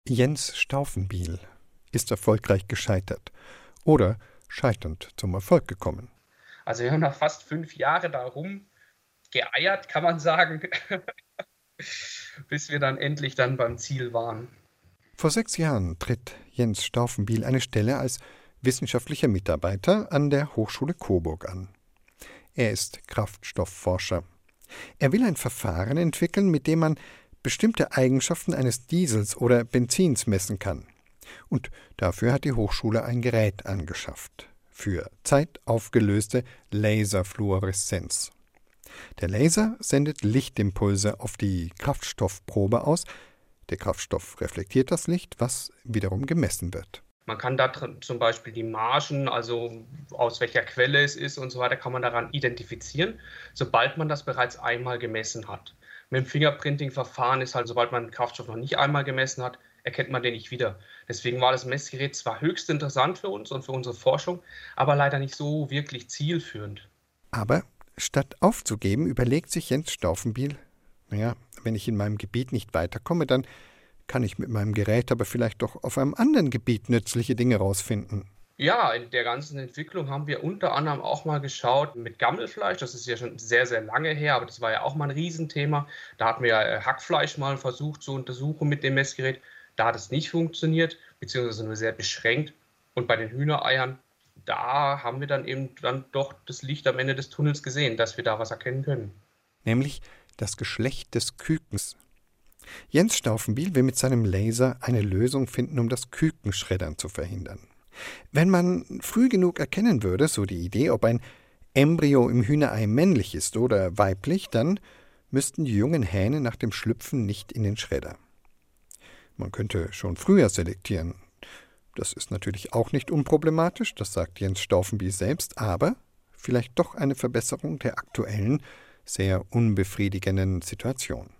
Jens Stauffenbiel ist erfolgreich gescheitert oder scheiternd zum Erfolg gekommen. Also wir haben nach fast 5 Jahre da rumgeeiert, kann man sagen, bis wir dann endlich beim Ziel waren. Vor 6 Jahren tritt Jens Stauffenbiel eine Stelle als wissenschaftlicher Mitarbeiter an der Hochschule Coburg an. Er ist Kraftstoffforscher. Er will ein Verfahren entwickeln, mit dem man bestimmte Eigenschaften eines Diesels oder Benzins messen kann. Und dafür hat die Hochschule ein Gerät angeschafft. Für zeitaufgelöste Laserfluoreszenz. Der Laser sendet Lichtimpulse auf die Kraftstoffprobe aus. Der Kraftstoff reflektiert das Licht, was wiederum gemessen wird. Man kann da zum Beispiel die Margen, also aus welcher Quelle es ist und so weiter, kann man daran identifizieren, sobald man das bereits einmal gemessen hat. Mit dem Fingerprinting-Verfahren ist halt, sobald man den Kraftstoff noch nicht einmal gemessen hat, erkennt man den nicht wieder. Deswegen war das Messgerät zwar höchst interessant für uns und für unsere Forschung, aber leider nicht so wirklich zielführend. Aber statt aufzugeben, überlegt sich Jens Stauffenbiel, wenn ich in meinem Gebiet nicht weiterkomme, dann kann ich mit meinem Gerät aber vielleicht doch auf einem anderen Gebiet nützliche Dinge rausfinden. Ja, in der ganzen Entwicklung haben wir unter anderem auch mal geschaut mit Gammelfleisch. Das ist ja schon sehr, sehr lange her, aber das war ja auch mal ein Riesenthema. Da hatten wir Hackfleisch mal versucht zu untersuchen mit dem Messgerät. Da hat es nicht funktioniert, beziehungsweise nur sehr beschränkt. Und bei den Hühnereiern, da haben wir dann doch das Licht am Ende des Tunnels gesehen, dass wir da was erkennen können. Nämlich das Geschlecht des Kükens. Jens Stauffenbiel will mit seinem Laser eine Lösung finden, um das Kükenschreddern zu verhindern. Wenn man früh genug erkennen würde, so die Idee, ob ein Embryo im Hühnerei männlich ist oder weiblich, dann müssten die jungen Hähne nach dem Schlüpfen nicht in den Schredder. Man könnte schon früher selektieren. Das ist natürlich auch nicht unproblematisch, das sagt Jens Stauffenbiel selbst, aber vielleicht doch eine Verbesserung der aktuellen, sehr unbefriedigenden Situation.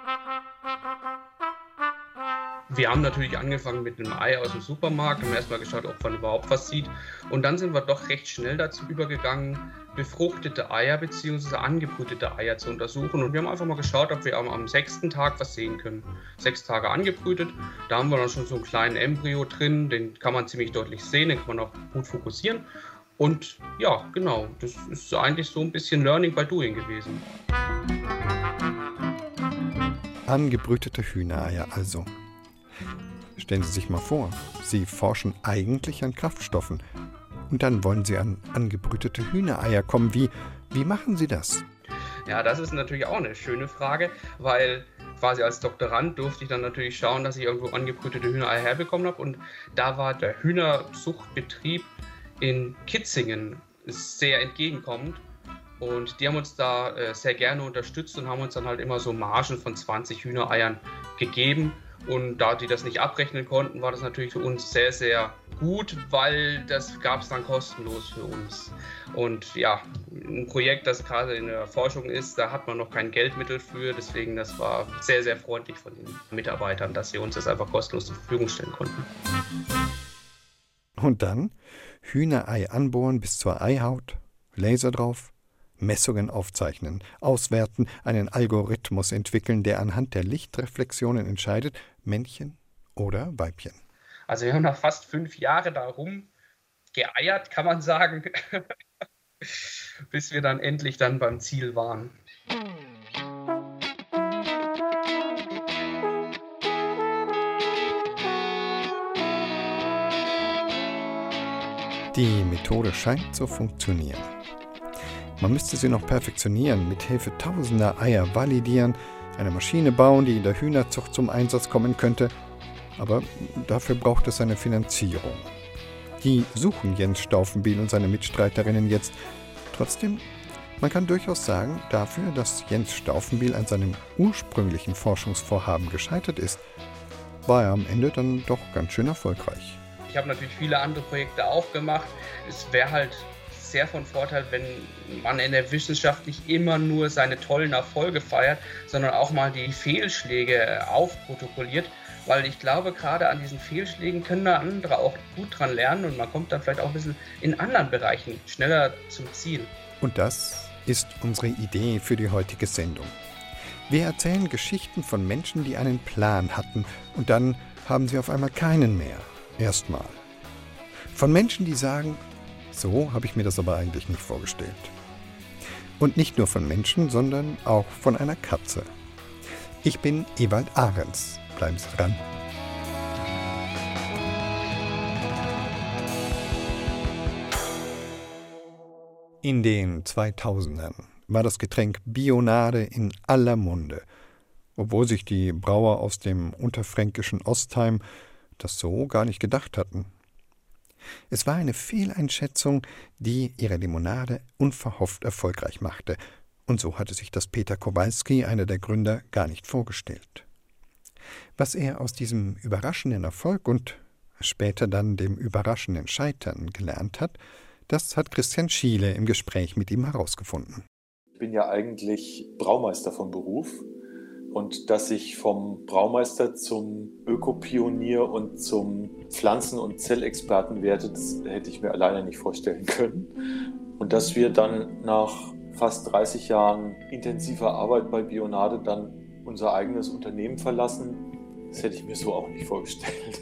Wir haben natürlich angefangen mit einem Ei aus dem Supermarkt, haben erstmal geschaut, ob man überhaupt was sieht. Und dann sind wir doch recht schnell dazu übergegangen, befruchtete Eier bzw. angebrütete Eier zu untersuchen. Und wir haben einfach mal geschaut, ob wir am 6. Tag was sehen können. 6 Tage angebrütet, da haben wir dann schon so einen kleinen Embryo drin, den kann man ziemlich deutlich sehen, den kann man auch gut fokussieren. Und ja, genau, das ist eigentlich so ein bisschen Learning by Doing gewesen. Angebrütete Hühnereier also. Stellen Sie sich mal vor, Sie forschen eigentlich an Kraftstoffen und dann wollen Sie an angebrütete Hühnereier kommen. Wie machen Sie das? Ja, das ist natürlich auch eine schöne Frage, weil quasi als Doktorand durfte ich dann natürlich schauen, dass ich irgendwo angebrütete Hühnereier herbekommen habe. Und da war der Hühnerzuchtbetrieb in Kitzingen sehr entgegenkommend. Und die haben uns da sehr gerne unterstützt und haben uns dann halt immer so Margen von 20 Hühnereiern gegeben. Und da die das nicht abrechnen konnten, war das natürlich für uns sehr, sehr gut, weil das gab es dann kostenlos für uns. Und ja, ein Projekt, das gerade in der Forschung ist, da hat man noch kein Geldmittel für. Deswegen, das war sehr, sehr freundlich von den Mitarbeitern, dass sie uns das einfach kostenlos zur Verfügung stellen konnten. Und dann Hühnerei anbohren bis zur Eihaut, Laser drauf, Messungen aufzeichnen, auswerten, einen Algorithmus entwickeln, der anhand der Lichtreflexionen entscheidet, Männchen oder Weibchen. Also wir haben nach fast 5 Jahre da rumgeeiert, kann man sagen, bis wir dann endlich beim Ziel waren. Die Methode scheint zu funktionieren. Man müsste sie noch perfektionieren, mit Hilfe tausender Eier validieren, eine Maschine bauen, die in der Hühnerzucht zum Einsatz kommen könnte. Aber dafür braucht es eine Finanzierung. Die suchen Jens Stauffenbiel und seine Mitstreiterinnen jetzt. Trotzdem, man kann durchaus sagen, dafür, dass Jens Stauffenbiel an seinem ursprünglichen Forschungsvorhaben gescheitert ist, war er am Ende dann doch ganz schön erfolgreich. Ich habe natürlich viele andere Projekte auch gemacht. Es wäre halt sehr von Vorteil, wenn man in der Wissenschaft nicht immer nur seine tollen Erfolge feiert, sondern auch mal die Fehlschläge aufprotokolliert, weil ich glaube, gerade an diesen Fehlschlägen können da andere auch gut dran lernen und man kommt dann vielleicht auch ein bisschen in anderen Bereichen schneller zum Ziel. Und das ist unsere Idee für die heutige Sendung. Wir erzählen Geschichten von Menschen, die einen Plan hatten und dann haben sie auf einmal keinen mehr. Erstmal. Von Menschen, die sagen, so habe ich mir das aber eigentlich nicht vorgestellt. Und nicht nur von Menschen, sondern auch von einer Katze. Ich bin Ewald Ahrens. Bleiben Sie dran. In den 2000ern war das Getränk Bionade in aller Munde, obwohl sich die Brauer aus dem unterfränkischen Ostheim das so gar nicht gedacht hatten. Es war eine Fehleinschätzung, die ihre Limonade unverhofft erfolgreich machte, und so hatte sich das Peter Kowalski, einer der Gründer, gar nicht vorgestellt. Was er aus diesem überraschenden Erfolg und später dann dem überraschenden Scheitern gelernt hat, das hat Christian Schiele im Gespräch mit ihm herausgefunden. Ich bin ja eigentlich Braumeister von Beruf, und dass ich vom Braumeister zum Ökopionier und zum Pflanzen- und Zellexperten werde, das hätte ich mir alleine nicht vorstellen können. Und dass wir dann nach fast 30 Jahren intensiver Arbeit bei Bionade dann unser eigenes Unternehmen verlassen, das hätte ich mir so auch nicht vorgestellt.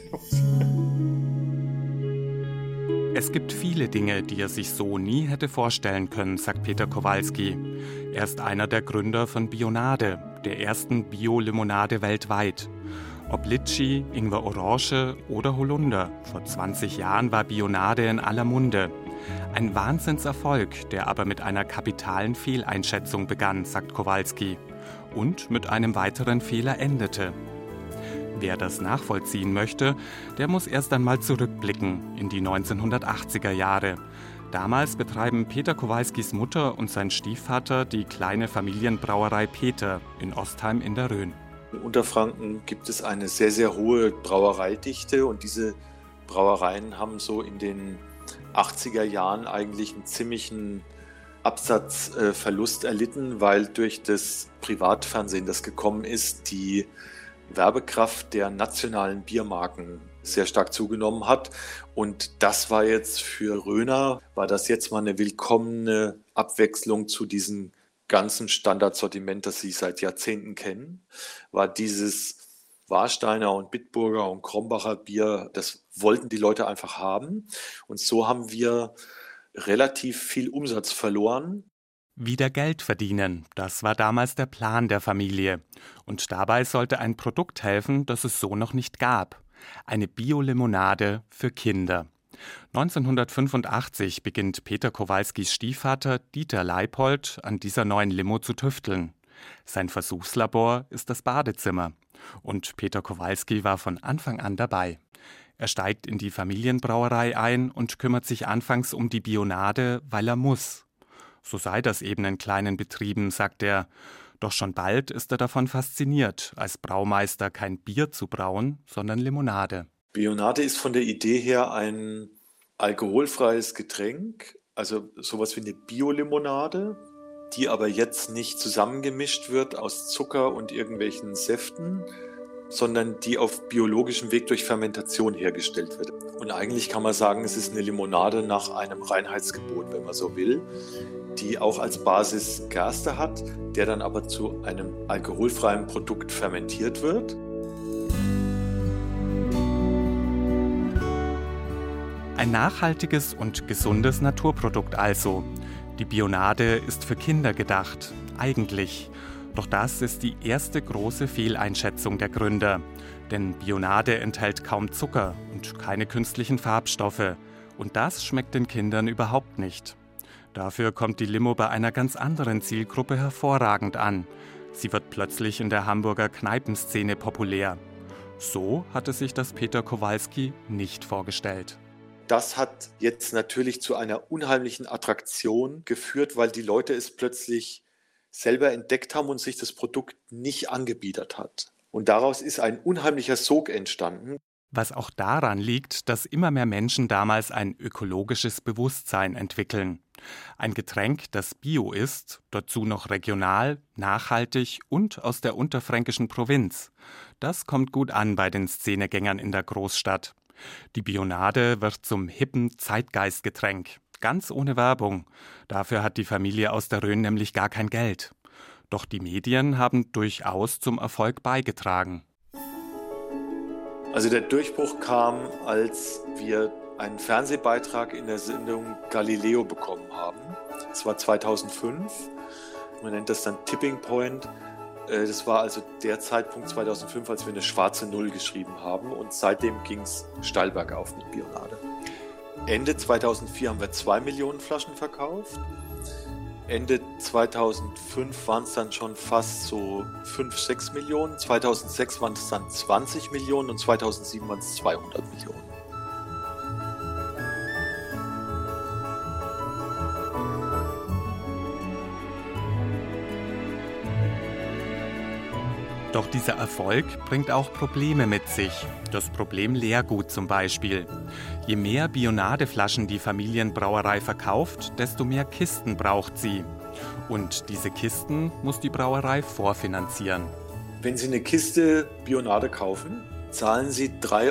Es gibt viele Dinge, die er sich so nie hätte vorstellen können, sagt Peter Kowalski. Er ist einer der Gründer von Bionade, der ersten Bio-Limonade weltweit. Ob Litschi, Ingwer Orange oder Holunder, vor 20 Jahren war Bionade in aller Munde. Ein Wahnsinnserfolg, der aber mit einer kapitalen Fehleinschätzung begann, sagt Kowalski. Und mit einem weiteren Fehler endete. Wer das nachvollziehen möchte, der muss erst einmal zurückblicken in die 1980er Jahre. Damals betreiben Peter Kowalskis Mutter und sein Stiefvater die kleine Familienbrauerei Peter in Ostheim in der Rhön. In Unterfranken gibt es eine sehr, sehr hohe Brauereidichte, und diese Brauereien haben so in den 80er Jahren eigentlich einen ziemlichen Absatzverlust erlitten, weil durch das Privatfernsehen, das gekommen ist, die Werbekraft der nationalen Biermarken sehr stark zugenommen hat. Und das war jetzt für Röner, war das jetzt mal eine willkommene Abwechslung zu diesem ganzen Standardsortiment, das sie seit Jahrzehnten kennen, war dieses Warsteiner und Bitburger und Krombacher Bier, das wollten die Leute einfach haben. Und so haben wir relativ viel Umsatz verloren. Wieder Geld verdienen, das war damals der Plan der Familie. Und dabei sollte ein Produkt helfen, das es so noch nicht gab. Eine Bio-Limonade für Kinder. 1985 beginnt Peter Kowalskis Stiefvater Dieter Leipold an dieser neuen Limo zu tüfteln. Sein Versuchslabor ist das Badezimmer. Und Peter Kowalski war von Anfang an dabei. Er steigt in die Familienbrauerei ein und kümmert sich anfangs um die Bionade, weil er muss. So sei das eben in kleinen Betrieben, sagt er. Doch schon bald ist er davon fasziniert, als Braumeister kein Bier zu brauen, sondern Limonade. Bionade ist von der Idee her ein alkoholfreies Getränk, also sowas wie eine Bio-Limonade, die aber jetzt nicht zusammengemischt wird aus Zucker und irgendwelchen Säften, sondern die auf biologischem Weg durch Fermentation hergestellt wird. Und eigentlich kann man sagen, es ist eine Limonade nach einem Reinheitsgebot, wenn man so will, die auch als Basis Gerste hat, der dann aber zu einem alkoholfreien Produkt fermentiert wird. Ein nachhaltiges und gesundes Naturprodukt also. Die Bionade ist für Kinder gedacht, eigentlich. Doch das ist die erste große Fehleinschätzung der Gründer. Denn Bionade enthält kaum Zucker und keine künstlichen Farbstoffe. Und das schmeckt den Kindern überhaupt nicht. Dafür kommt die Limo bei einer ganz anderen Zielgruppe hervorragend an. Sie wird plötzlich in der Hamburger Kneipenszene populär. So hatte sich das Peter Kowalski nicht vorgestellt. Das hat jetzt natürlich zu einer unheimlichen Attraktion geführt, weil die Leute es plötzlich selber entdeckt haben und sich das Produkt nicht angebiedert hat. Und daraus ist ein unheimlicher Sog entstanden. Was auch daran liegt, dass immer mehr Menschen damals ein ökologisches Bewusstsein entwickeln. Ein Getränk, das bio ist, dazu noch regional, nachhaltig und aus der unterfränkischen Provinz. Das kommt gut an bei den Szenegängern in der Großstadt. Die Bionade wird zum hippen Zeitgeistgetränk, ganz ohne Werbung. Dafür hat die Familie aus der Rhön nämlich gar kein Geld. Doch die Medien haben durchaus zum Erfolg beigetragen. Also der Durchbruch kam, als wir einen Fernsehbeitrag in der Sendung Galileo bekommen haben. Das war 2005. Man nennt das dann Tipping Point. Das war also der Zeitpunkt 2005, als wir eine schwarze Null geschrieben haben. Und seitdem ging es steil bergauf mit Bionade. Ende 2004 haben wir 2 Millionen Flaschen verkauft. Ende 2005 waren es dann schon fast so 5, 6 Millionen. 2006 waren es dann 20 Millionen und 2007 waren es 200 Millionen. Doch dieser Erfolg bringt auch Probleme mit sich. Das Problem Leergut zum Beispiel. Je mehr Bionadeflaschen die Familienbrauerei verkauft, desto mehr Kisten braucht sie. Und diese Kisten muss die Brauerei vorfinanzieren. Wenn Sie eine Kiste Bionade kaufen, zahlen Sie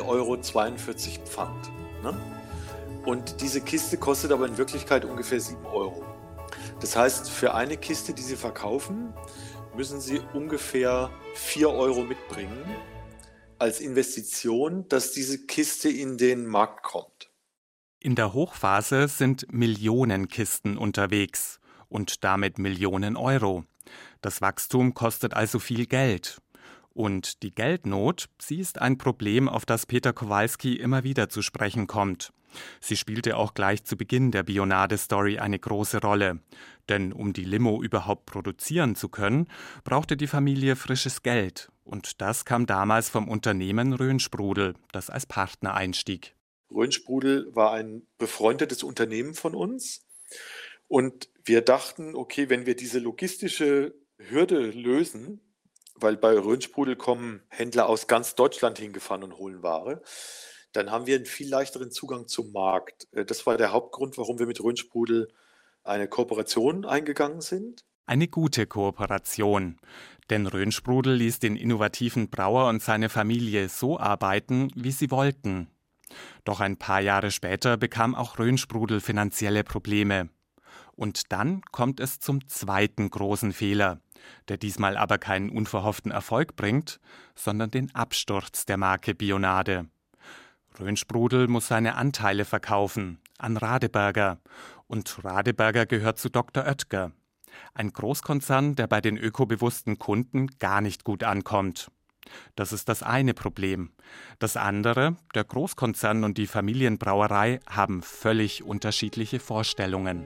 3,42 € Pfand. Ne? Und diese Kiste kostet aber in Wirklichkeit ungefähr 7 €. Das heißt, für eine Kiste, die Sie verkaufen, müssen Sie ungefähr 4 € mitbringen als Investition, dass diese Kiste in den Markt kommt. In der Hochphase sind Millionen Kisten unterwegs und damit Millionen Euro. Das Wachstum kostet also viel Geld. Und die Geldnot, sie ist ein Problem, auf das Peter Kowalski immer wieder zu sprechen kommt. Sie spielte auch gleich zu Beginn der Bionade-Story eine große Rolle. Denn um die Limo überhaupt produzieren zu können, brauchte die Familie frisches Geld. Und das kam damals vom Unternehmen Rhönsprudel, das als Partner einstieg. Rhönsprudel war ein befreundetes Unternehmen von uns. Und wir dachten, okay, wenn wir diese logistische Hürde lösen, weil bei Rhönsprudel kommen Händler aus ganz Deutschland hingefahren und holen Ware, dann haben wir einen viel leichteren Zugang zum Markt. Das war der Hauptgrund, warum wir mit Rhönsprudel eine Kooperation eingegangen sind. Eine gute Kooperation. Denn Rhönsprudel ließ den innovativen Brauer und seine Familie so arbeiten, wie sie wollten. Doch ein paar Jahre später bekam auch Rhönsprudel finanzielle Probleme. Und dann kommt es zum zweiten großen Fehler, der diesmal aber keinen unverhofften Erfolg bringt, sondern den Absturz der Marke Bionade. Rhönsprudel muss seine Anteile verkaufen an Radeberger. Und Radeberger gehört zu Dr. Oetker. Ein Großkonzern, der bei den ökobewussten Kunden gar nicht gut ankommt. Das ist das eine Problem. Das andere, der Großkonzern und die Familienbrauerei haben völlig unterschiedliche Vorstellungen.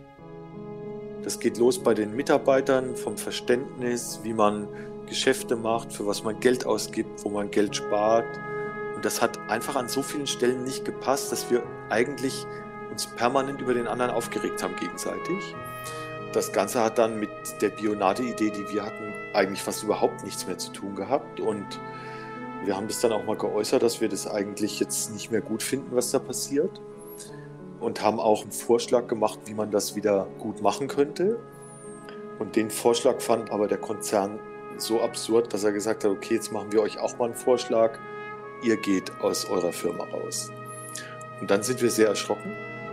Das geht los bei den Mitarbeitern vom Verständnis, wie man Geschäfte macht, für was man Geld ausgibt, wo man Geld spart. Und das hat einfach an so vielen Stellen nicht gepasst, dass wir eigentlich uns permanent über den anderen aufgeregt haben gegenseitig. Das Ganze hat dann mit der Bionade-Idee, die wir hatten, eigentlich fast überhaupt nichts mehr zu tun gehabt. Und wir haben das dann auch mal geäußert, dass wir das eigentlich jetzt nicht mehr gut finden, was da passiert. Und haben auch einen Vorschlag gemacht, wie man das wieder gut machen könnte. Und den Vorschlag fand aber der Konzern so absurd, dass er gesagt hat, okay, jetzt machen wir euch auch mal einen Vorschlag. Ihr geht aus eurer Firma raus. Und dann sind wir sehr erschrocken.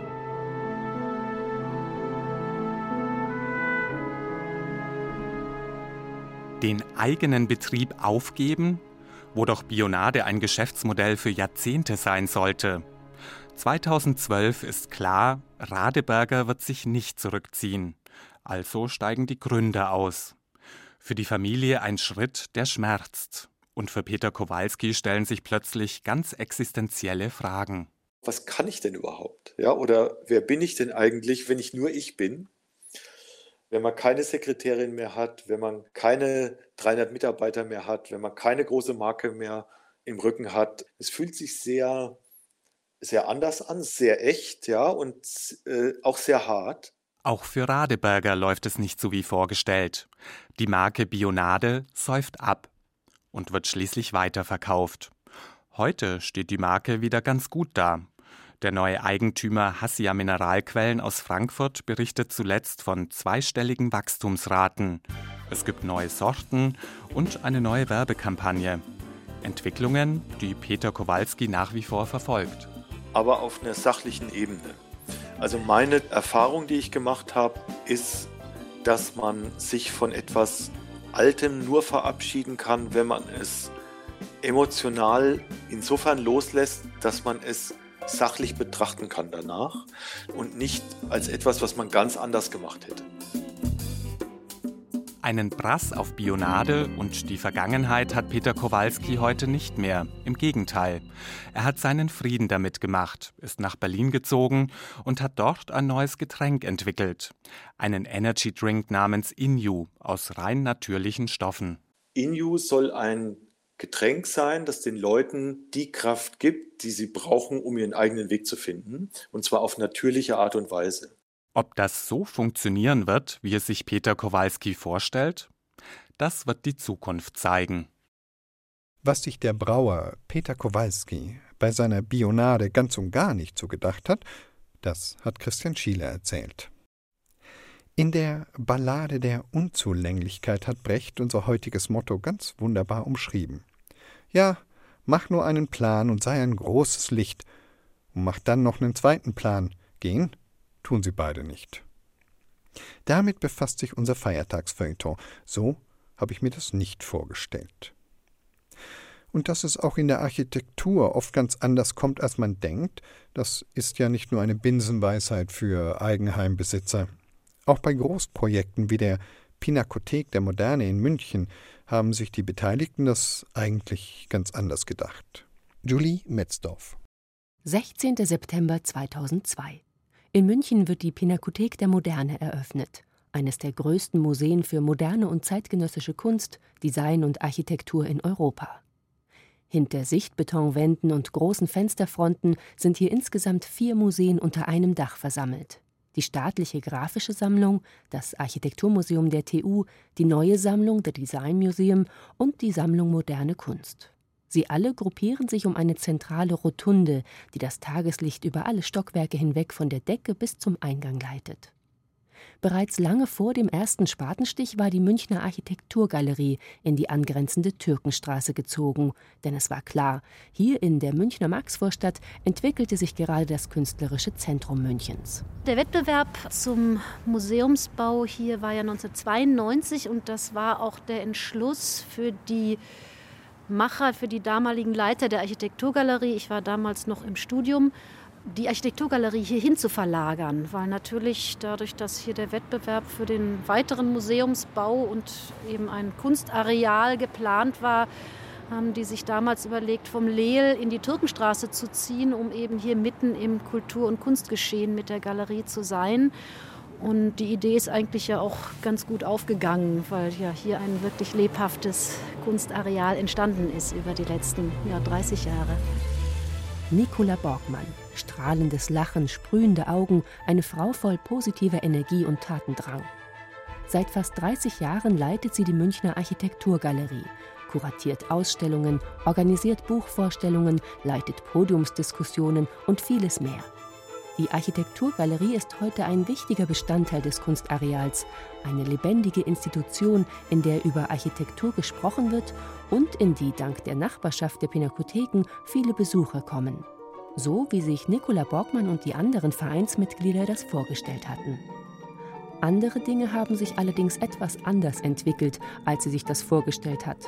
Den eigenen Betrieb aufgeben, wo doch Bionade ein Geschäftsmodell für Jahrzehnte sein sollte. 2012 ist klar, Radeberger wird sich nicht zurückziehen. Also steigen die Gründer aus. Für die Familie ein Schritt, der schmerzt. Und für Peter Kowalski stellen sich plötzlich ganz existenzielle Fragen. Was kann ich denn überhaupt? Ja, oder wer bin ich denn eigentlich, wenn ich nur ich bin? Wenn man keine Sekretärin mehr hat, wenn man keine 300 Mitarbeiter mehr hat, wenn man keine große Marke mehr im Rücken hat. Es fühlt sich sehr, sehr anders an, sehr echt, ja, und auch sehr hart. Auch für Radeberger läuft es nicht so wie vorgestellt. Die Marke Bionade säuft ab und wird schließlich weiterverkauft. Heute steht die Marke wieder ganz gut da. Der neue Eigentümer Hassia Mineralquellen aus Frankfurt berichtet zuletzt von zweistelligen Wachstumsraten. Es gibt neue Sorten und eine neue Werbekampagne. Entwicklungen, die Peter Kowalski nach wie vor verfolgt. Aber auf einer sachlichen Ebene. Also meine Erfahrung, die ich gemacht habe, ist, dass man sich von etwas Altem nur verabschieden kann, wenn man es emotional insofern loslässt, dass man es sachlich betrachten kann danach und nicht als etwas, was man ganz anders gemacht hätte. Einen Brass auf Bionade und die Vergangenheit hat Peter Kowalski heute nicht mehr. Im Gegenteil. Er hat seinen Frieden damit gemacht, ist nach Berlin gezogen und hat dort ein neues Getränk entwickelt. Einen Energy Drink namens Inju aus rein natürlichen Stoffen. Inju soll ein Getränk sein, das den Leuten die Kraft gibt, die sie brauchen, um ihren eigenen Weg zu finden. Und zwar auf natürliche Art und Weise. Ob das so funktionieren wird, wie es sich Peter Kowalski vorstellt, das wird die Zukunft zeigen. Was sich der Brauer Peter Kowalski bei seiner Bionade ganz und gar nicht so gedacht hat, das hat Christian Schiele erzählt. In der Ballade der Unzulänglichkeit hat Brecht unser heutiges Motto ganz wunderbar umschrieben. Ja, mach nur einen Plan und sei ein großes Licht und mach dann noch einen zweiten Plan. Gehen tun sie beide nicht. Damit befasst sich unser Feiertagsfeuilleton. So habe ich mir das nicht vorgestellt. Und dass es auch in der Architektur oft ganz anders kommt, als man denkt, das ist ja nicht nur eine Binsenweisheit für Eigenheimbesitzer. Auch bei Großprojekten wie der Pinakothek der Moderne in München haben sich die Beteiligten das eigentlich ganz anders gedacht. Julie Metzdorf. 16. September 2002. In München wird die Pinakothek der Moderne eröffnet, eines der größten Museen für moderne und zeitgenössische Kunst, Design und Architektur in Europa. Hinter Sichtbetonwänden und großen Fensterfronten sind hier insgesamt 4 Museen unter einem Dach versammelt. Die Staatliche Grafische Sammlung, das Architekturmuseum der TU, die Neue Sammlung, der Design Museum und die Sammlung Moderne Kunst. Sie alle gruppieren sich um eine zentrale Rotunde, die das Tageslicht über alle Stockwerke hinweg von der Decke bis zum Eingang leitet. Bereits lange vor dem ersten Spatenstich war die Münchner Architekturgalerie in die angrenzende Türkenstraße gezogen, denn es war klar, hier in der Münchner Maxvorstadt entwickelte sich gerade das künstlerische Zentrum Münchens. Der Wettbewerb zum Museumsbau hier war ja 1992 und das war auch der Entschluss für die Macher, für die damaligen Leiter der Architekturgalerie. Ich war damals noch im Studium, die Architekturgalerie hierhin zu verlagern, weil natürlich dadurch, dass hier der Wettbewerb für den weiteren Museumsbau und eben ein Kunstareal geplant war, haben die sich damals überlegt, vom Leel in die Türkenstraße zu ziehen, um eben hier mitten im Kultur- und Kunstgeschehen mit der Galerie zu sein. Und die Idee ist eigentlich ja auch ganz gut aufgegangen, weil ja hier ein wirklich lebhaftes Kunstareal entstanden ist über die letzten 30 Jahre. Nicola Borgmann, strahlendes Lachen, sprühende Augen, eine Frau voll positiver Energie und Tatendrang. Seit fast 30 Jahren leitet sie die Münchner Architekturgalerie, kuratiert Ausstellungen, organisiert Buchvorstellungen, leitet Podiumsdiskussionen und vieles mehr. Die Architekturgalerie ist heute ein wichtiger Bestandteil des Kunstareals, eine lebendige Institution, in der über Architektur gesprochen wird und in die dank der Nachbarschaft der Pinakotheken viele Besucher kommen. So wie sich Nicola Borgmann und die anderen Vereinsmitglieder das vorgestellt hatten. Andere Dinge haben sich allerdings etwas anders entwickelt, als sie sich das vorgestellt hat.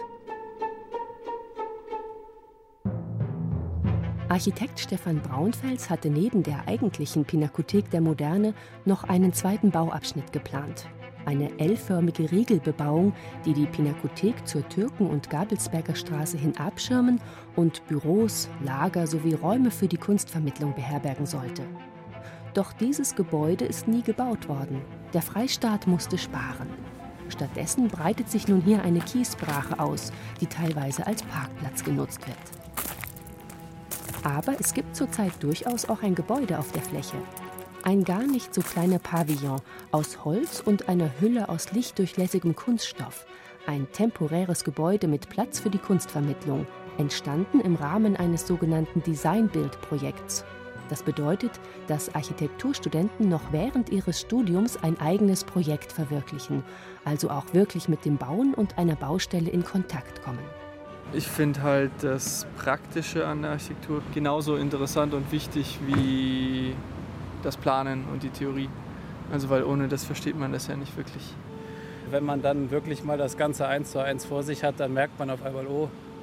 Architekt Stefan Braunfels hatte neben der eigentlichen Pinakothek der Moderne noch einen zweiten Bauabschnitt geplant. Eine L-förmige Riegelbebauung, die die Pinakothek zur Türken- und Gabelsberger Straße hin abschirmen und Büros, Lager sowie Räume für die Kunstvermittlung beherbergen sollte. Doch dieses Gebäude ist nie gebaut worden. Der Freistaat musste sparen. Stattdessen breitet sich nun hier eine Kiesbrache aus, die teilweise als Parkplatz genutzt wird. Aber es gibt zurzeit durchaus auch ein Gebäude auf der Fläche. Ein gar nicht so kleiner Pavillon aus Holz und einer Hülle aus lichtdurchlässigem Kunststoff. Ein temporäres Gebäude mit Platz für die Kunstvermittlung, entstanden im Rahmen eines sogenannten Designbild-Projekts. Das bedeutet, dass Architekturstudenten noch während ihres Studiums ein eigenes Projekt verwirklichen, also auch wirklich mit dem Bauen und einer Baustelle in Kontakt kommen. Ich finde halt das Praktische an der Architektur genauso interessant und wichtig wie das Planen und die Theorie. Also weil ohne das versteht man das ja nicht wirklich. Wenn man dann wirklich mal das Ganze 1:1 vor sich hat, dann merkt man auf einmal, oh,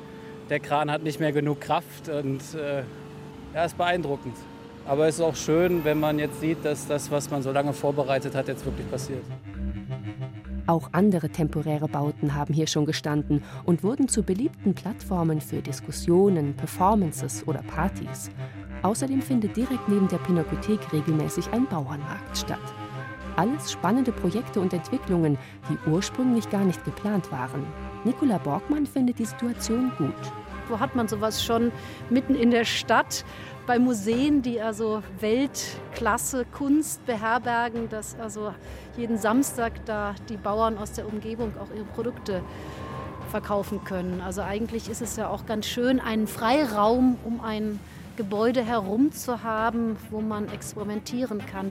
der Kran hat nicht mehr genug Kraft und ist beeindruckend. Aber es ist auch schön, wenn man jetzt sieht, dass das, was man so lange vorbereitet hat, jetzt wirklich passiert. Auch andere temporäre Bauten haben hier schon gestanden und wurden zu beliebten Plattformen für Diskussionen, Performances oder Partys. Außerdem findet direkt neben der Pinakothek regelmäßig ein Bauernmarkt statt. Alles spannende Projekte und Entwicklungen, die ursprünglich gar nicht geplant waren. Nicola Borgmann findet die Situation gut. Wo hat man sowas schon mitten in der Stadt? Bei Museen, die also Weltklasse Kunst beherbergen, dass also jeden Samstag da die Bauern aus der Umgebung auch ihre Produkte verkaufen können. Also eigentlich ist es ja auch ganz schön, einen Freiraum um ein Gebäude herum zu haben, wo man experimentieren kann.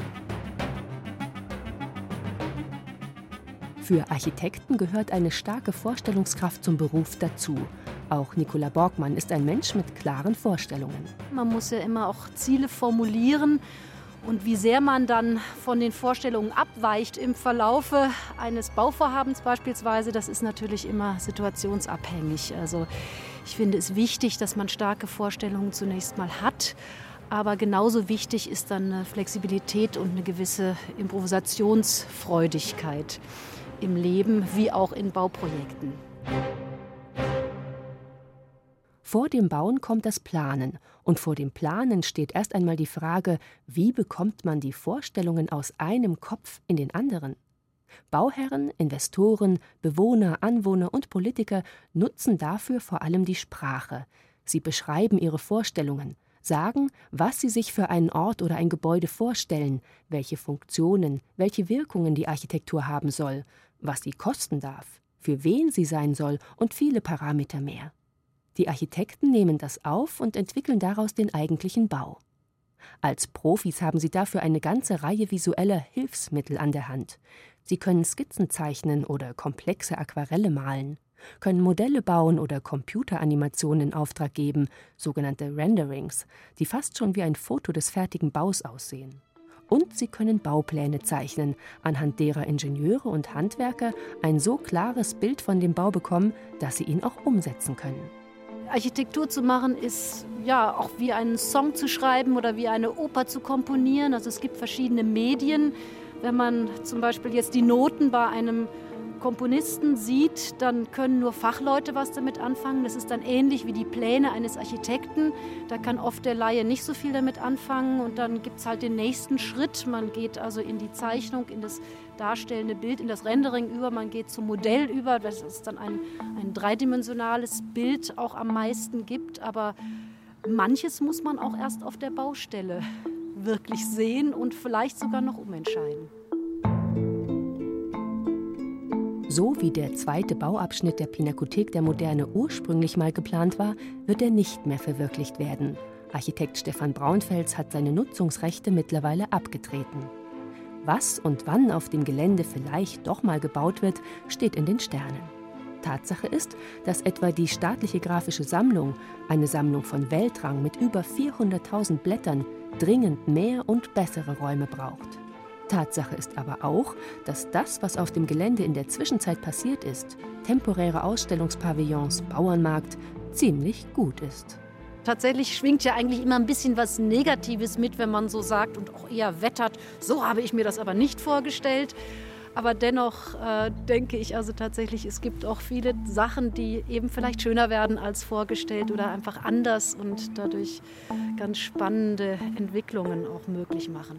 Für Architekten gehört eine starke Vorstellungskraft zum Beruf dazu. Auch Nicola Borgmann ist ein Mensch mit klaren Vorstellungen. Man muss ja immer auch Ziele formulieren. Und wie sehr man dann von den Vorstellungen abweicht im Verlaufe eines Bauvorhabens beispielsweise, das ist natürlich immer situationsabhängig. Also ich finde es wichtig, dass man starke Vorstellungen zunächst mal hat. Aber genauso wichtig ist dann eine Flexibilität und eine gewisse Improvisationsfreudigkeit im Leben wie auch in Bauprojekten. Vor dem Bauen kommt das Planen. Und vor dem Planen steht erst einmal die Frage, wie bekommt man die Vorstellungen aus einem Kopf in den anderen? Bauherren, Investoren, Bewohner, Anwohner und Politiker nutzen dafür vor allem die Sprache. Sie beschreiben ihre Vorstellungen, sagen, was sie sich für einen Ort oder ein Gebäude vorstellen, welche Funktionen, welche Wirkungen die Architektur haben soll, was sie kosten darf, für wen sie sein soll und viele Parameter mehr. Die Architekten nehmen das auf und entwickeln daraus den eigentlichen Bau. Als Profis haben sie dafür eine ganze Reihe visueller Hilfsmittel an der Hand. Sie können Skizzen zeichnen oder komplexe Aquarelle malen, können Modelle bauen oder Computeranimationen in Auftrag geben, sogenannte Renderings, die fast schon wie ein Foto des fertigen Baus aussehen. Und sie können Baupläne zeichnen, anhand derer Ingenieure und Handwerker ein so klares Bild von dem Bau bekommen, dass sie ihn auch umsetzen können. Architektur zu machen ist ja auch wie einen Song zu schreiben oder wie eine Oper zu komponieren. Also es gibt verschiedene Medien. Wenn man zum Beispiel jetzt die Noten bei einem Komponisten sieht, dann können nur Fachleute was damit anfangen. Das ist dann ähnlich wie die Pläne eines Architekten. Da kann oft der Laie nicht so viel damit anfangen. Und dann gibt es halt den nächsten Schritt. Man geht also in die Zeichnung, in das darstellende Bild, in das Rendering über. Man geht zum Modell über. Das ist dann ein dreidimensionales Bild auch am meisten gibt. Aber manches muss man auch erst auf der Baustelle wirklich sehen und vielleicht sogar noch umentscheiden. So wie der zweite Bauabschnitt der Pinakothek der Moderne ursprünglich mal geplant war, wird er nicht mehr verwirklicht werden. Architekt Stefan Braunfels hat seine Nutzungsrechte mittlerweile abgetreten. Was und wann auf dem Gelände vielleicht doch mal gebaut wird, steht in den Sternen. Tatsache ist, dass etwa die Staatliche Graphische Sammlung, eine Sammlung von Weltrang mit über 400.000 Blättern, dringend mehr und bessere Räume braucht. Tatsache ist aber auch, dass das, was auf dem Gelände in der Zwischenzeit passiert ist, temporäre Ausstellungspavillons, Bauernmarkt, ziemlich gut ist. Tatsächlich schwingt ja eigentlich immer ein bisschen was Negatives mit, wenn man so sagt und auch eher wettert. So habe ich mir das aber nicht vorgestellt. Aber dennoch denke ich also tatsächlich, es gibt auch viele Sachen, die eben vielleicht schöner werden als vorgestellt oder einfach anders und dadurch ganz spannende Entwicklungen auch möglich machen.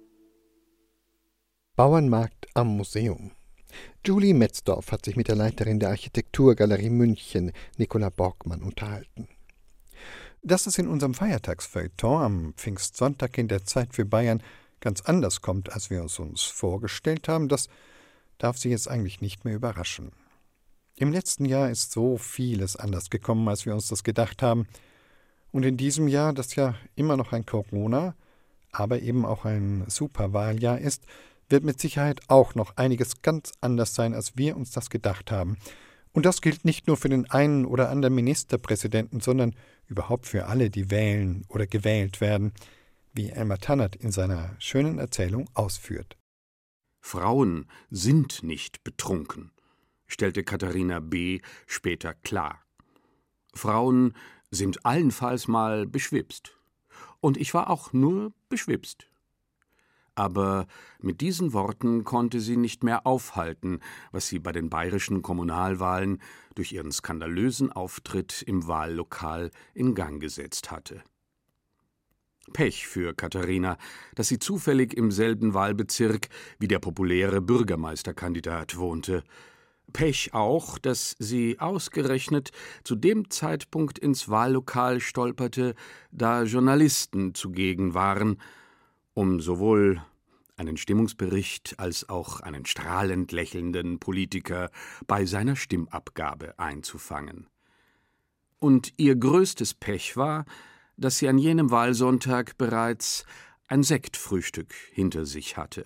Bauernmarkt am Museum. Julie Metzdorf hat sich mit der Leiterin der Architekturgalerie München, Nicola Borgmann, unterhalten. Dass es in unserem Feiertagsfeuilleton am Pfingstsonntag in der Zeit für Bayern ganz anders kommt, als wir es uns vorgestellt haben, das darf Sie jetzt eigentlich nicht mehr überraschen. Im letzten Jahr ist so vieles anders gekommen, als wir uns das gedacht haben. Und in diesem Jahr, das ja immer noch ein Corona, aber eben auch ein Superwahljahr ist, wird mit Sicherheit auch noch einiges ganz anders sein, als wir uns das gedacht haben. Und das gilt nicht nur für den einen oder anderen Ministerpräsidenten, sondern überhaupt für alle, die wählen oder gewählt werden, wie Elmar Tannert in seiner schönen Erzählung ausführt. Frauen sind nicht betrunken, stellte Katharina B. später klar. Frauen sind allenfalls mal beschwipst. Und ich war auch nur beschwipst. Aber mit diesen Worten konnte sie nicht mehr aufhalten, was sie bei den bayerischen Kommunalwahlen durch ihren skandalösen Auftritt im Wahllokal in Gang gesetzt hatte. Pech für Katharina, dass sie zufällig im selben Wahlbezirk wie der populäre Bürgermeisterkandidat wohnte. Pech auch, dass sie ausgerechnet zu dem Zeitpunkt ins Wahllokal stolperte, da Journalisten zugegen waren, um sowohl einen Stimmungsbericht als auch einen strahlend lächelnden Politiker bei seiner Stimmabgabe einzufangen. Und ihr größtes Pech war, dass sie an jenem Wahlsonntag bereits ein Sektfrühstück hinter sich hatte.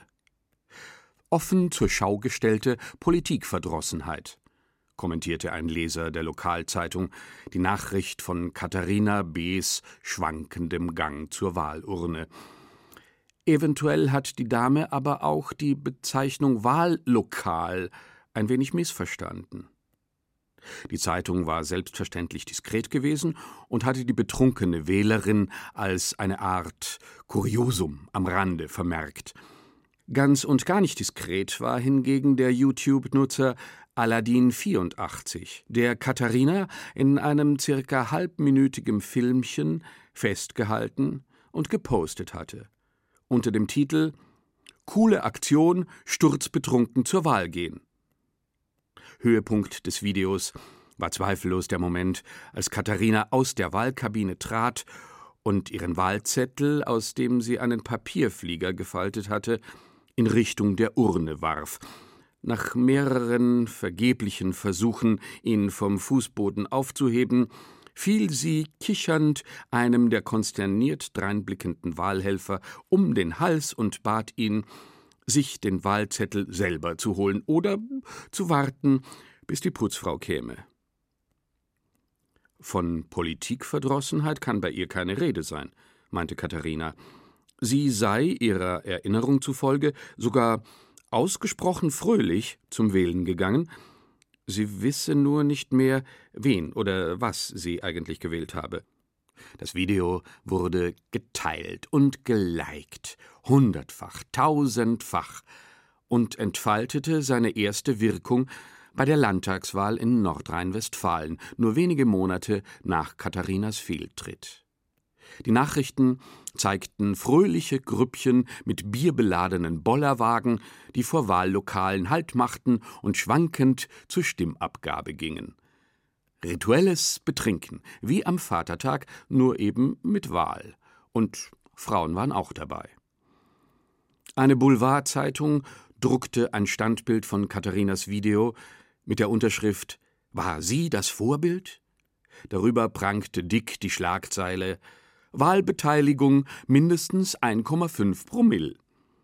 Offen zur Schau gestellte Politikverdrossenheit, kommentierte ein Leser der Lokalzeitung die Nachricht von Katharina B.'s schwankendem Gang zur Wahlurne. Eventuell hat die Dame aber auch die Bezeichnung Wahllokal ein wenig missverstanden. Die Zeitung war selbstverständlich diskret gewesen und hatte die betrunkene Wählerin als eine Art Kuriosum am Rande vermerkt. Ganz und gar nicht diskret war hingegen der YouTube-Nutzer Aladdin84, der Katharina in einem circa halbminütigen Filmchen festgehalten und gepostet hatte. Unter dem Titel »Coole Aktion, sturzbetrunken zur Wahl gehen«. Höhepunkt des Videos war zweifellos der Moment, als Katharina aus der Wahlkabine trat und ihren Wahlzettel, aus dem sie einen Papierflieger gefaltet hatte, in Richtung der Urne warf. Nach mehreren vergeblichen Versuchen, ihn vom Fußboden aufzuheben, fiel sie kichernd einem der konsterniert dreinblickenden Wahlhelfer um den Hals und bat ihn, sich den Wahlzettel selber zu holen oder zu warten, bis die Putzfrau käme. Von Politikverdrossenheit kann bei ihr keine Rede sein, meinte Katharina. Sie sei, ihrer Erinnerung zufolge, sogar ausgesprochen fröhlich zum Wählen gegangen. Sie wisse nur nicht mehr, wen oder was sie eigentlich gewählt habe. Das Video wurde geteilt und geliked, 100-fach, 1000-fach, und entfaltete seine erste Wirkung bei der Landtagswahl in Nordrhein-Westfalen, nur wenige Monate nach Katharinas Fehltritt. Die Nachrichten zeigten fröhliche Grüppchen mit bierbeladenen Bollerwagen, die vor Wahllokalen Halt machten und schwankend zur Stimmabgabe gingen. Rituelles Betrinken, wie am Vatertag, nur eben mit Wahl. Und Frauen waren auch dabei. Eine Boulevardzeitung druckte ein Standbild von Katharinas Video mit der Unterschrift »War sie das Vorbild?« Darüber prangte dick die Schlagzeile »Wahlbeteiligung mindestens 1,5 Promille«.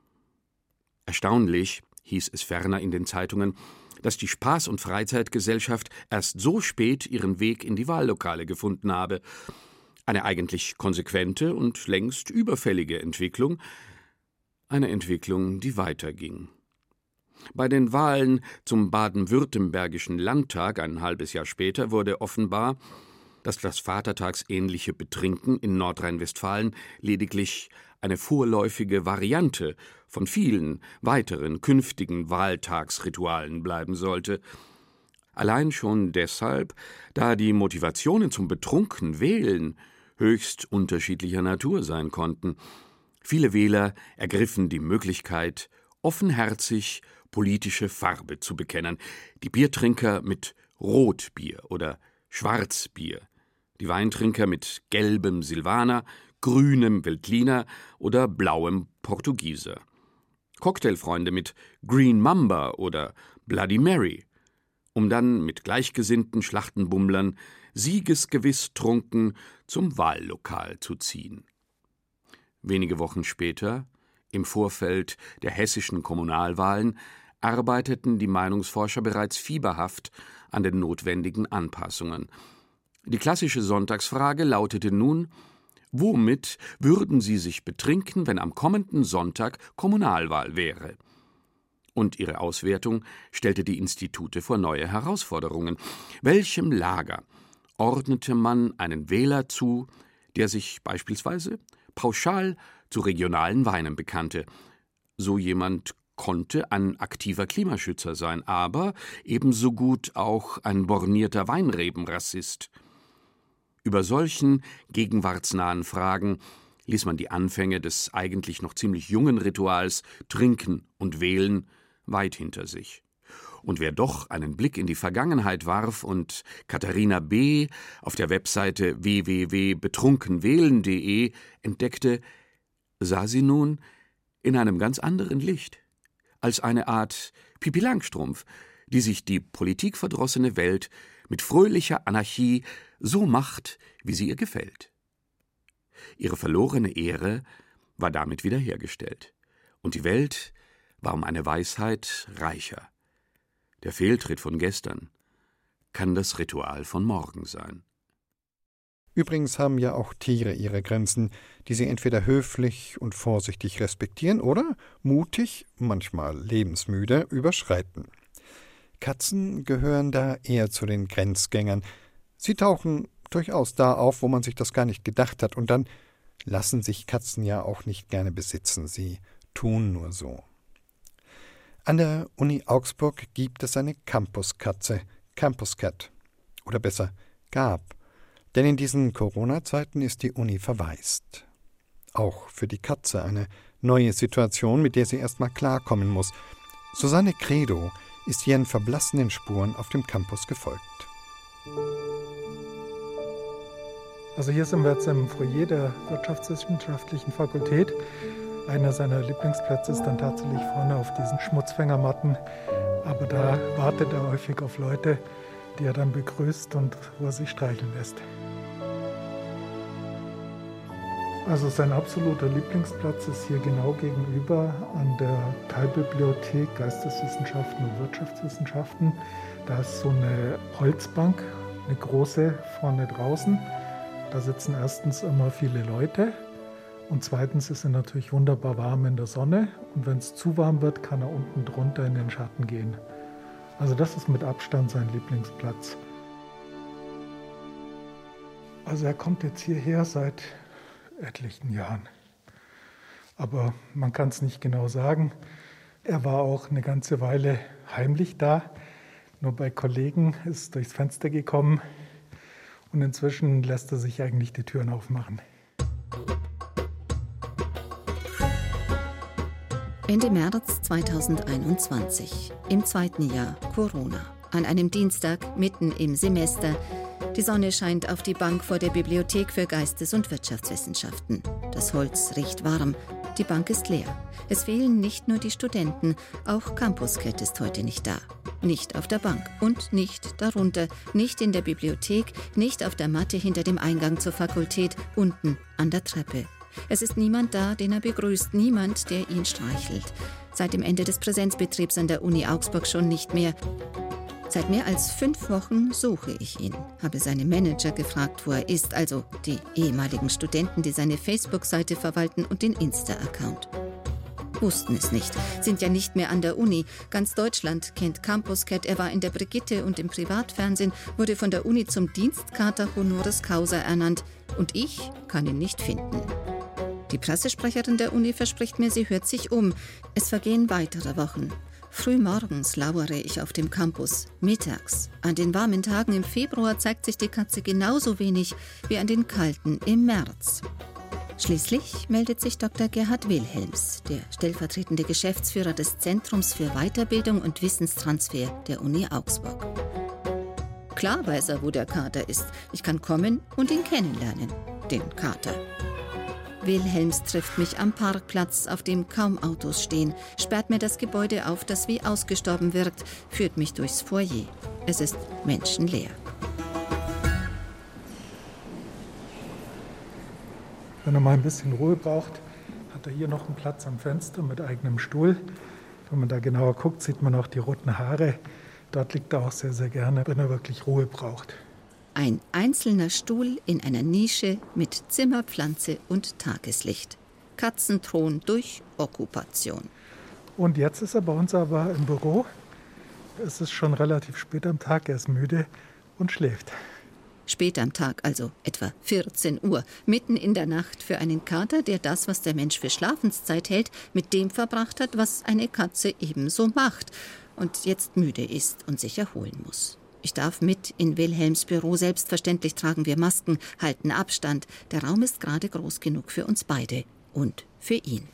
Erstaunlich, hieß es ferner in den Zeitungen, dass die Spaß- und Freizeitgesellschaft erst so spät ihren Weg in die Wahllokale gefunden habe. Eine eigentlich konsequente und längst überfällige Entwicklung, eine Entwicklung, die weiterging. Bei den Wahlen zum baden-württembergischen Landtag ein halbes Jahr später wurde offenbar, dass das vatertagsähnliche Betrinken in Nordrhein-Westfalen lediglich eine vorläufige Variante von vielen weiteren künftigen Wahltagsritualen bleiben sollte. Allein schon deshalb, da die Motivationen zum betrunken Wählen höchst unterschiedlicher Natur sein konnten. Viele Wähler ergriffen die Möglichkeit, offenherzig politische Farbe zu bekennen. Die Biertrinker mit Rotbier oder Schwarzbier, die Weintrinker mit gelbem Silvaner, grünem Veltliner oder blauem Portugieser. Cocktailfreunde mit Green Mamba oder Bloody Mary, um dann mit gleichgesinnten Schlachtenbummlern siegesgewiss trunken zum Wahllokal zu ziehen. Wenige Wochen später, im Vorfeld der hessischen Kommunalwahlen, arbeiteten die Meinungsforscher bereits fieberhaft an den notwendigen Anpassungen. Die klassische Sonntagsfrage lautete nun: Womit würden Sie sich betrinken, wenn am kommenden Sonntag Kommunalwahl wäre? Und ihre Auswertung stellte die Institute vor neue Herausforderungen. Welchem Lager, ordnete man einen Wähler zu, der sich beispielsweise pauschal zu regionalen Weinen bekannte. So jemand konnte ein aktiver Klimaschützer sein, aber ebenso gut auch ein bornierter Weinrebenrassist. Über solchen gegenwartsnahen Fragen ließ man die Anfänge des eigentlich noch ziemlich jungen Rituals Trinken und Wählen weit hinter sich. Und wer doch einen Blick in die Vergangenheit warf und Katharina B. auf der Webseite www.betrunkenwählen.de entdeckte, sah sie nun in einem ganz anderen Licht, als eine Art Pippi Langstrumpf, die sich die politikverdrossene Welt mit fröhlicher Anarchie so macht, wie sie ihr gefällt. Ihre verlorene Ehre war damit wiederhergestellt, und die Welt war um eine Weisheit reicher. Der Fehltritt von gestern kann das Ritual von morgen sein. Übrigens haben ja auch Tiere ihre Grenzen, die sie entweder höflich und vorsichtig respektieren oder mutig, manchmal lebensmüde, überschreiten. Katzen gehören da eher zu den Grenzgängern. Sie tauchen durchaus da auf, wo man sich das gar nicht gedacht hat, und dann lassen sich Katzen ja auch nicht gerne besitzen. Sie tun nur so. An der Uni Augsburg gibt es eine Campuskatze, Campus Cat. Oder besser, gab. Denn in diesen Corona-Zeiten ist die Uni verwaist. Auch für die Katze eine neue Situation, mit der sie erstmal klarkommen muss. Susanne Credo ist ihren verblassenen Spuren auf dem Campus gefolgt. Also hier sind wir jetzt im Foyer der Wirtschaftswissenschaftlichen Fakultät. Einer seiner Lieblingsplätze ist dann tatsächlich vorne auf diesen Schmutzfängermatten. Aber da wartet er häufig auf Leute, die er dann begrüßt und wo er sich streicheln lässt. Also sein absoluter Lieblingsplatz ist hier genau gegenüber an der Teilbibliothek Geisteswissenschaften und Wirtschaftswissenschaften. Da ist so eine Holzbank, eine große, vorne draußen. Da sitzen erstens immer viele Leute. Und zweitens ist er natürlich wunderbar warm in der Sonne. Und wenn es zu warm wird, kann er unten drunter in den Schatten gehen. Also das ist mit Abstand sein Lieblingsplatz. Also er kommt jetzt hierher seit etlichen Jahren. Aber man kann es nicht genau sagen. Er war auch eine ganze Weile heimlich da. Nur bei Kollegen ist durchs Fenster gekommen. Und inzwischen lässt er sich eigentlich die Türen aufmachen. Ende März 2021, im 2. Jahr Corona. An einem Dienstag, mitten im Semester. Die Sonne scheint auf die Bank vor der Bibliothek für Geistes- und Wirtschaftswissenschaften. Das Holz riecht warm, die Bank ist leer. Es fehlen nicht nur die Studenten, auch Campus Cat ist heute nicht da. Nicht auf der Bank und nicht darunter, nicht in der Bibliothek, nicht auf der Matte hinter dem Eingang zur Fakultät, unten an der Treppe. Es ist niemand da, den er begrüßt, niemand, der ihn streichelt. Seit dem Ende des Präsenzbetriebs an der Uni Augsburg schon nicht mehr. Seit mehr als 5 Wochen suche ich ihn, habe seine Manager gefragt, wo er ist, also die ehemaligen Studenten, die seine Facebook-Seite verwalten und den Insta-Account. Wussten es nicht, sind ja nicht mehr an der Uni. Ganz Deutschland kennt Campus Cat, er war in der Brigitte und im Privatfernsehen, wurde von der Uni zum Dienstkater Honoris Causa ernannt und ich kann ihn nicht finden. Die Pressesprecherin der Uni verspricht mir, sie hört sich um. Es vergehen weitere Wochen. Frühmorgens lauere ich auf dem Campus, mittags. An den warmen Tagen im Februar zeigt sich die Katze genauso wenig wie an den kalten im März. Schließlich meldet sich Dr. Gerhard Wilhelms, der stellvertretende Geschäftsführer des Zentrums für Weiterbildung und Wissenstransfer der Uni Augsburg. Klar weiß er, wo der Kater ist. Ich kann kommen und ihn kennenlernen, den Kater. Wilhelms trifft mich am Parkplatz, auf dem kaum Autos stehen, sperrt mir das Gebäude auf, das wie ausgestorben wirkt, führt mich durchs Foyer. Es ist menschenleer. Wenn er mal ein bisschen Ruhe braucht, hat er hier noch einen Platz am Fenster mit eigenem Stuhl. Wenn man da genauer guckt, sieht man auch die roten Haare. Dort liegt er auch sehr, sehr gerne, wenn er wirklich Ruhe braucht. Ein einzelner Stuhl in einer Nische mit Zimmerpflanze und Tageslicht. Katzenthron durch Okkupation. Und jetzt ist er bei uns aber im Büro. Es ist schon relativ spät am Tag, er ist müde und schläft. Spät am Tag, also etwa 14 Uhr, mitten in der Nacht für einen Kater, der das, was der Mensch für Schlafenszeit hält, mit dem verbracht hat, was eine Katze ebenso macht und jetzt müde ist und sich erholen muss. Ich darf mit in Wilhelms Büro. Selbstverständlich tragen wir Masken, halten Abstand. Der Raum ist gerade groß genug für uns beide und für ihn.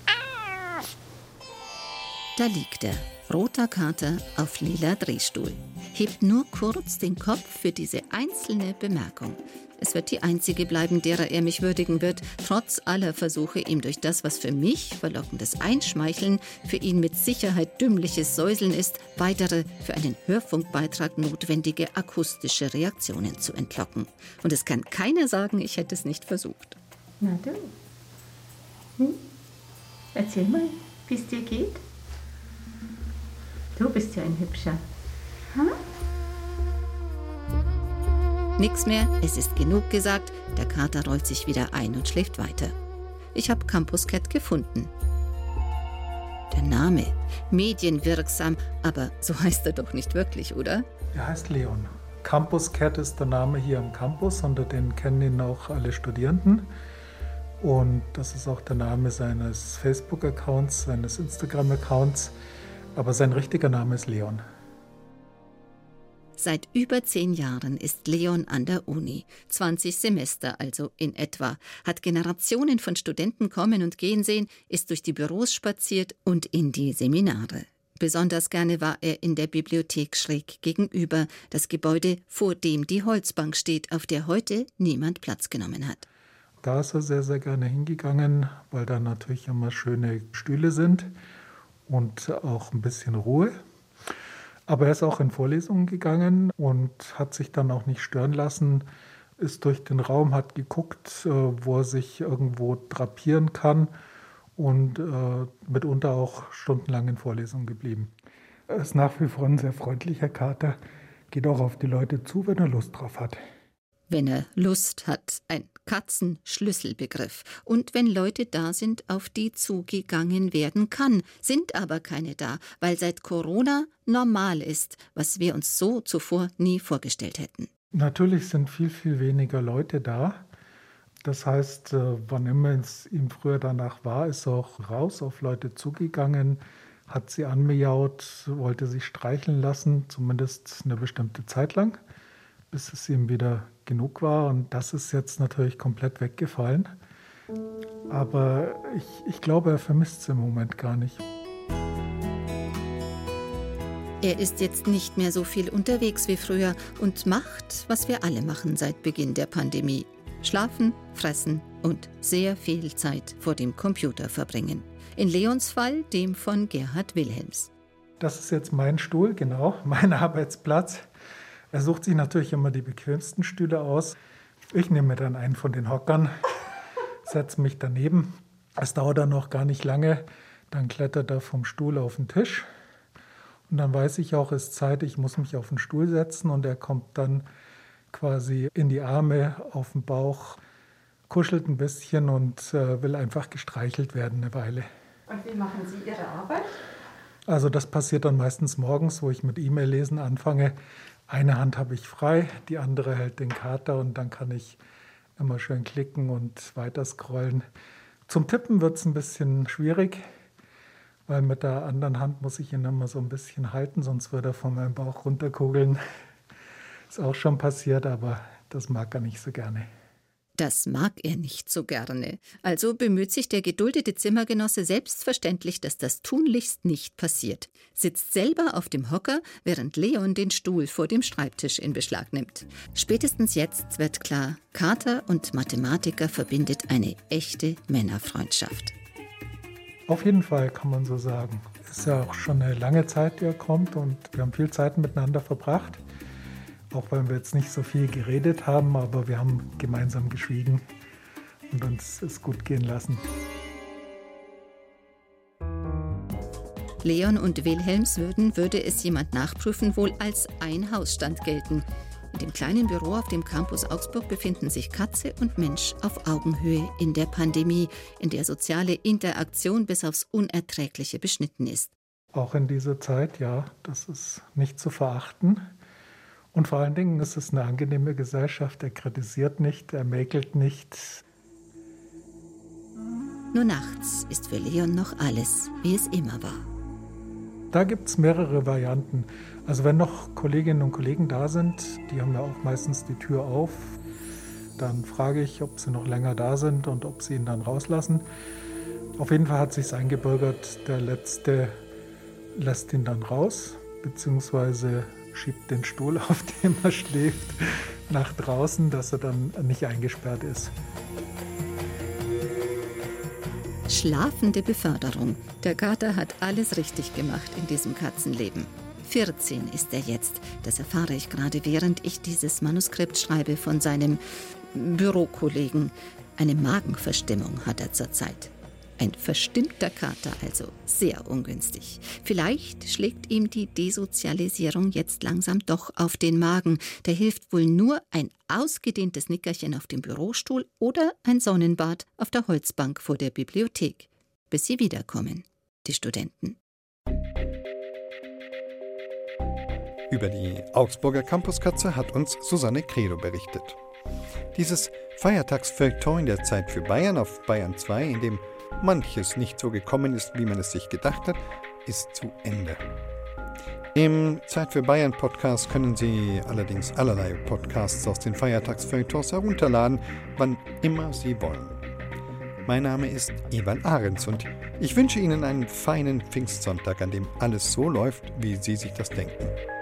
Da liegt er, roter Kater auf lila Drehstuhl. Hebt nur kurz den Kopf für diese einzelne Bemerkung. Es wird die einzige bleiben, derer er mich würdigen wird, trotz aller Versuche, ihm durch das, was für mich verlockendes Einschmeicheln, für ihn mit Sicherheit dümmliches Säuseln ist, weitere, für einen Hörfunkbeitrag notwendige akustische Reaktionen zu entlocken. Und es kann keiner sagen, ich hätte es nicht versucht. Na du? Erzähl mal, wie es dir geht. Du bist ja ein Hübscher. Hm? Nix mehr, es ist genug gesagt. Der Kater rollt sich wieder ein und schläft weiter. Ich habe Campus Cat gefunden. Der Name, medienwirksam, aber so heißt er doch nicht wirklich, oder? Er heißt Leon. Campus Cat ist der Name hier am Campus, unter den kennen ihn auch alle Studierenden. Und das ist auch der Name seines Facebook-Accounts, seines Instagram-Accounts. Aber sein richtiger Name ist Leon. Seit über 10 Jahren ist Leon an der Uni. 20 Semester also in etwa. Hat Generationen von Studenten kommen und gehen sehen, ist durch die Büros spaziert und in die Seminare. Besonders gerne war er in der Bibliothek schräg gegenüber, das Gebäude, vor dem die Holzbank steht, auf der heute niemand Platz genommen hat. Da ist er sehr, sehr gerne hingegangen, weil da natürlich immer schöne Stühle sind und auch ein bisschen Ruhe. Aber er ist auch in Vorlesungen gegangen und hat sich dann auch nicht stören lassen, ist durch den Raum, hat geguckt, wo er sich irgendwo drapieren kann und mitunter auch stundenlang in Vorlesungen geblieben. Er ist nach wie vor ein sehr freundlicher Kater, geht auch auf die Leute zu, wenn er Lust drauf hat. Wenn er Lust hat, ein Katzenschlüsselbegriff. Und wenn Leute da sind, auf die zugegangen werden kann, sind aber keine da, weil seit Corona normal ist, was wir uns so zuvor nie vorgestellt hätten. Natürlich sind viel, viel weniger Leute da. Das heißt, wann immer es ihm früher danach war, ist er auch raus auf Leute zugegangen, hat sie anmiaut, wollte sich streicheln lassen, zumindest eine bestimmte Zeit lang, bis es ihm wieder genug war. Und das ist jetzt natürlich komplett weggefallen. Aber ich glaube, er vermisst es im Moment gar nicht. Er ist jetzt nicht mehr so viel unterwegs wie früher und macht, was wir alle machen seit Beginn der Pandemie. Schlafen, fressen und sehr viel Zeit vor dem Computer verbringen. In Leons Fall dem von Gerhard Wilhelms. Das ist jetzt mein Stuhl, genau, mein Arbeitsplatz. Er sucht sich natürlich immer die bequemsten Stühle aus. Ich nehme mir dann einen von den Hockern, setze mich daneben. Es dauert dann noch gar nicht lange. Dann klettert er vom Stuhl auf den Tisch. Und dann weiß ich auch, es ist Zeit, ich muss mich auf den Stuhl setzen. Und er kommt dann quasi in die Arme, auf den Bauch, kuschelt ein bisschen und will einfach gestreichelt werden eine Weile. Und wie machen Sie Ihre Arbeit? Also das passiert dann meistens morgens, wo ich mit E-Mail-Lesen anfange. Eine Hand habe ich frei, die andere hält den Kater und dann kann ich immer schön klicken und weiter scrollen. Zum Tippen wird es ein bisschen schwierig, weil mit der anderen Hand muss ich ihn immer so ein bisschen halten, sonst würde er von meinem Bauch runterkugeln. Ist auch schon passiert, aber das mag er nicht so gerne. Das mag er nicht so gerne. Also bemüht sich der geduldete Zimmergenosse selbstverständlich, dass das tunlichst nicht passiert. Sitzt selber auf dem Hocker, während Leon den Stuhl vor dem Schreibtisch in Beschlag nimmt. Spätestens jetzt wird klar, Kater und Mathematiker verbindet eine echte Männerfreundschaft. Auf jeden Fall kann man so sagen. Es ist ja auch schon eine lange Zeit, die er kommt und wir haben viel Zeit miteinander verbracht. Auch weil wir jetzt nicht so viel geredet haben, aber wir haben gemeinsam geschwiegen und uns es gut gehen lassen. Leon und Wilhelms würde es jemand nachprüfen, wohl als ein Hausstand gelten. In dem kleinen Büro auf dem Campus Augsburg befinden sich Katze und Mensch auf Augenhöhe in der Pandemie, in der soziale Interaktion bis aufs Unerträgliche beschnitten ist. Auch in dieser Zeit, ja, das ist nicht zu verachten. Und vor allen Dingen ist es eine angenehme Gesellschaft. Er kritisiert nicht, er mäkelt nicht. Nur nachts ist für Leon noch alles, wie es immer war. Da gibt es mehrere Varianten. Also wenn noch Kolleginnen und Kollegen da sind, die haben ja auch meistens die Tür auf, dann frage ich, ob sie noch länger da sind und ob sie ihn dann rauslassen. Auf jeden Fall hat sich's eingebürgert, der Letzte lässt ihn dann raus, beziehungsweise schiebt den Stuhl, auf dem er schläft, nach draußen, dass er dann nicht eingesperrt ist. Schlafende Beförderung. Der Kater hat alles richtig gemacht in diesem Katzenleben. 14 ist er jetzt. Das erfahre ich gerade, während ich dieses Manuskript schreibe von seinem Bürokollegen. Eine Magenverstimmung hat er zurzeit. Ein verstimmter Kater, also sehr ungünstig. Vielleicht schlägt ihm die Desozialisierung jetzt langsam doch auf den Magen. Da hilft wohl nur ein ausgedehntes Nickerchen auf dem Bürostuhl oder ein Sonnenbad auf der Holzbank vor der Bibliothek, bis sie wiederkommen, die Studenten. Über die Augsburger Campuskatze hat uns Susanne Credo berichtet. Dieses Feiertagsfeuilleton in der Zeit für Bayern auf Bayern 2, in dem manches nicht so gekommen ist, wie man es sich gedacht hat, ist zu Ende. Im Zeit für Bayern Podcast können Sie allerdings allerlei Podcasts aus den Feiertagsfeuilletons herunterladen, wann immer Sie wollen. Mein Name ist Ewan Ahrens und ich wünsche Ihnen einen feinen Pfingstsonntag, an dem alles so läuft, wie Sie sich das denken.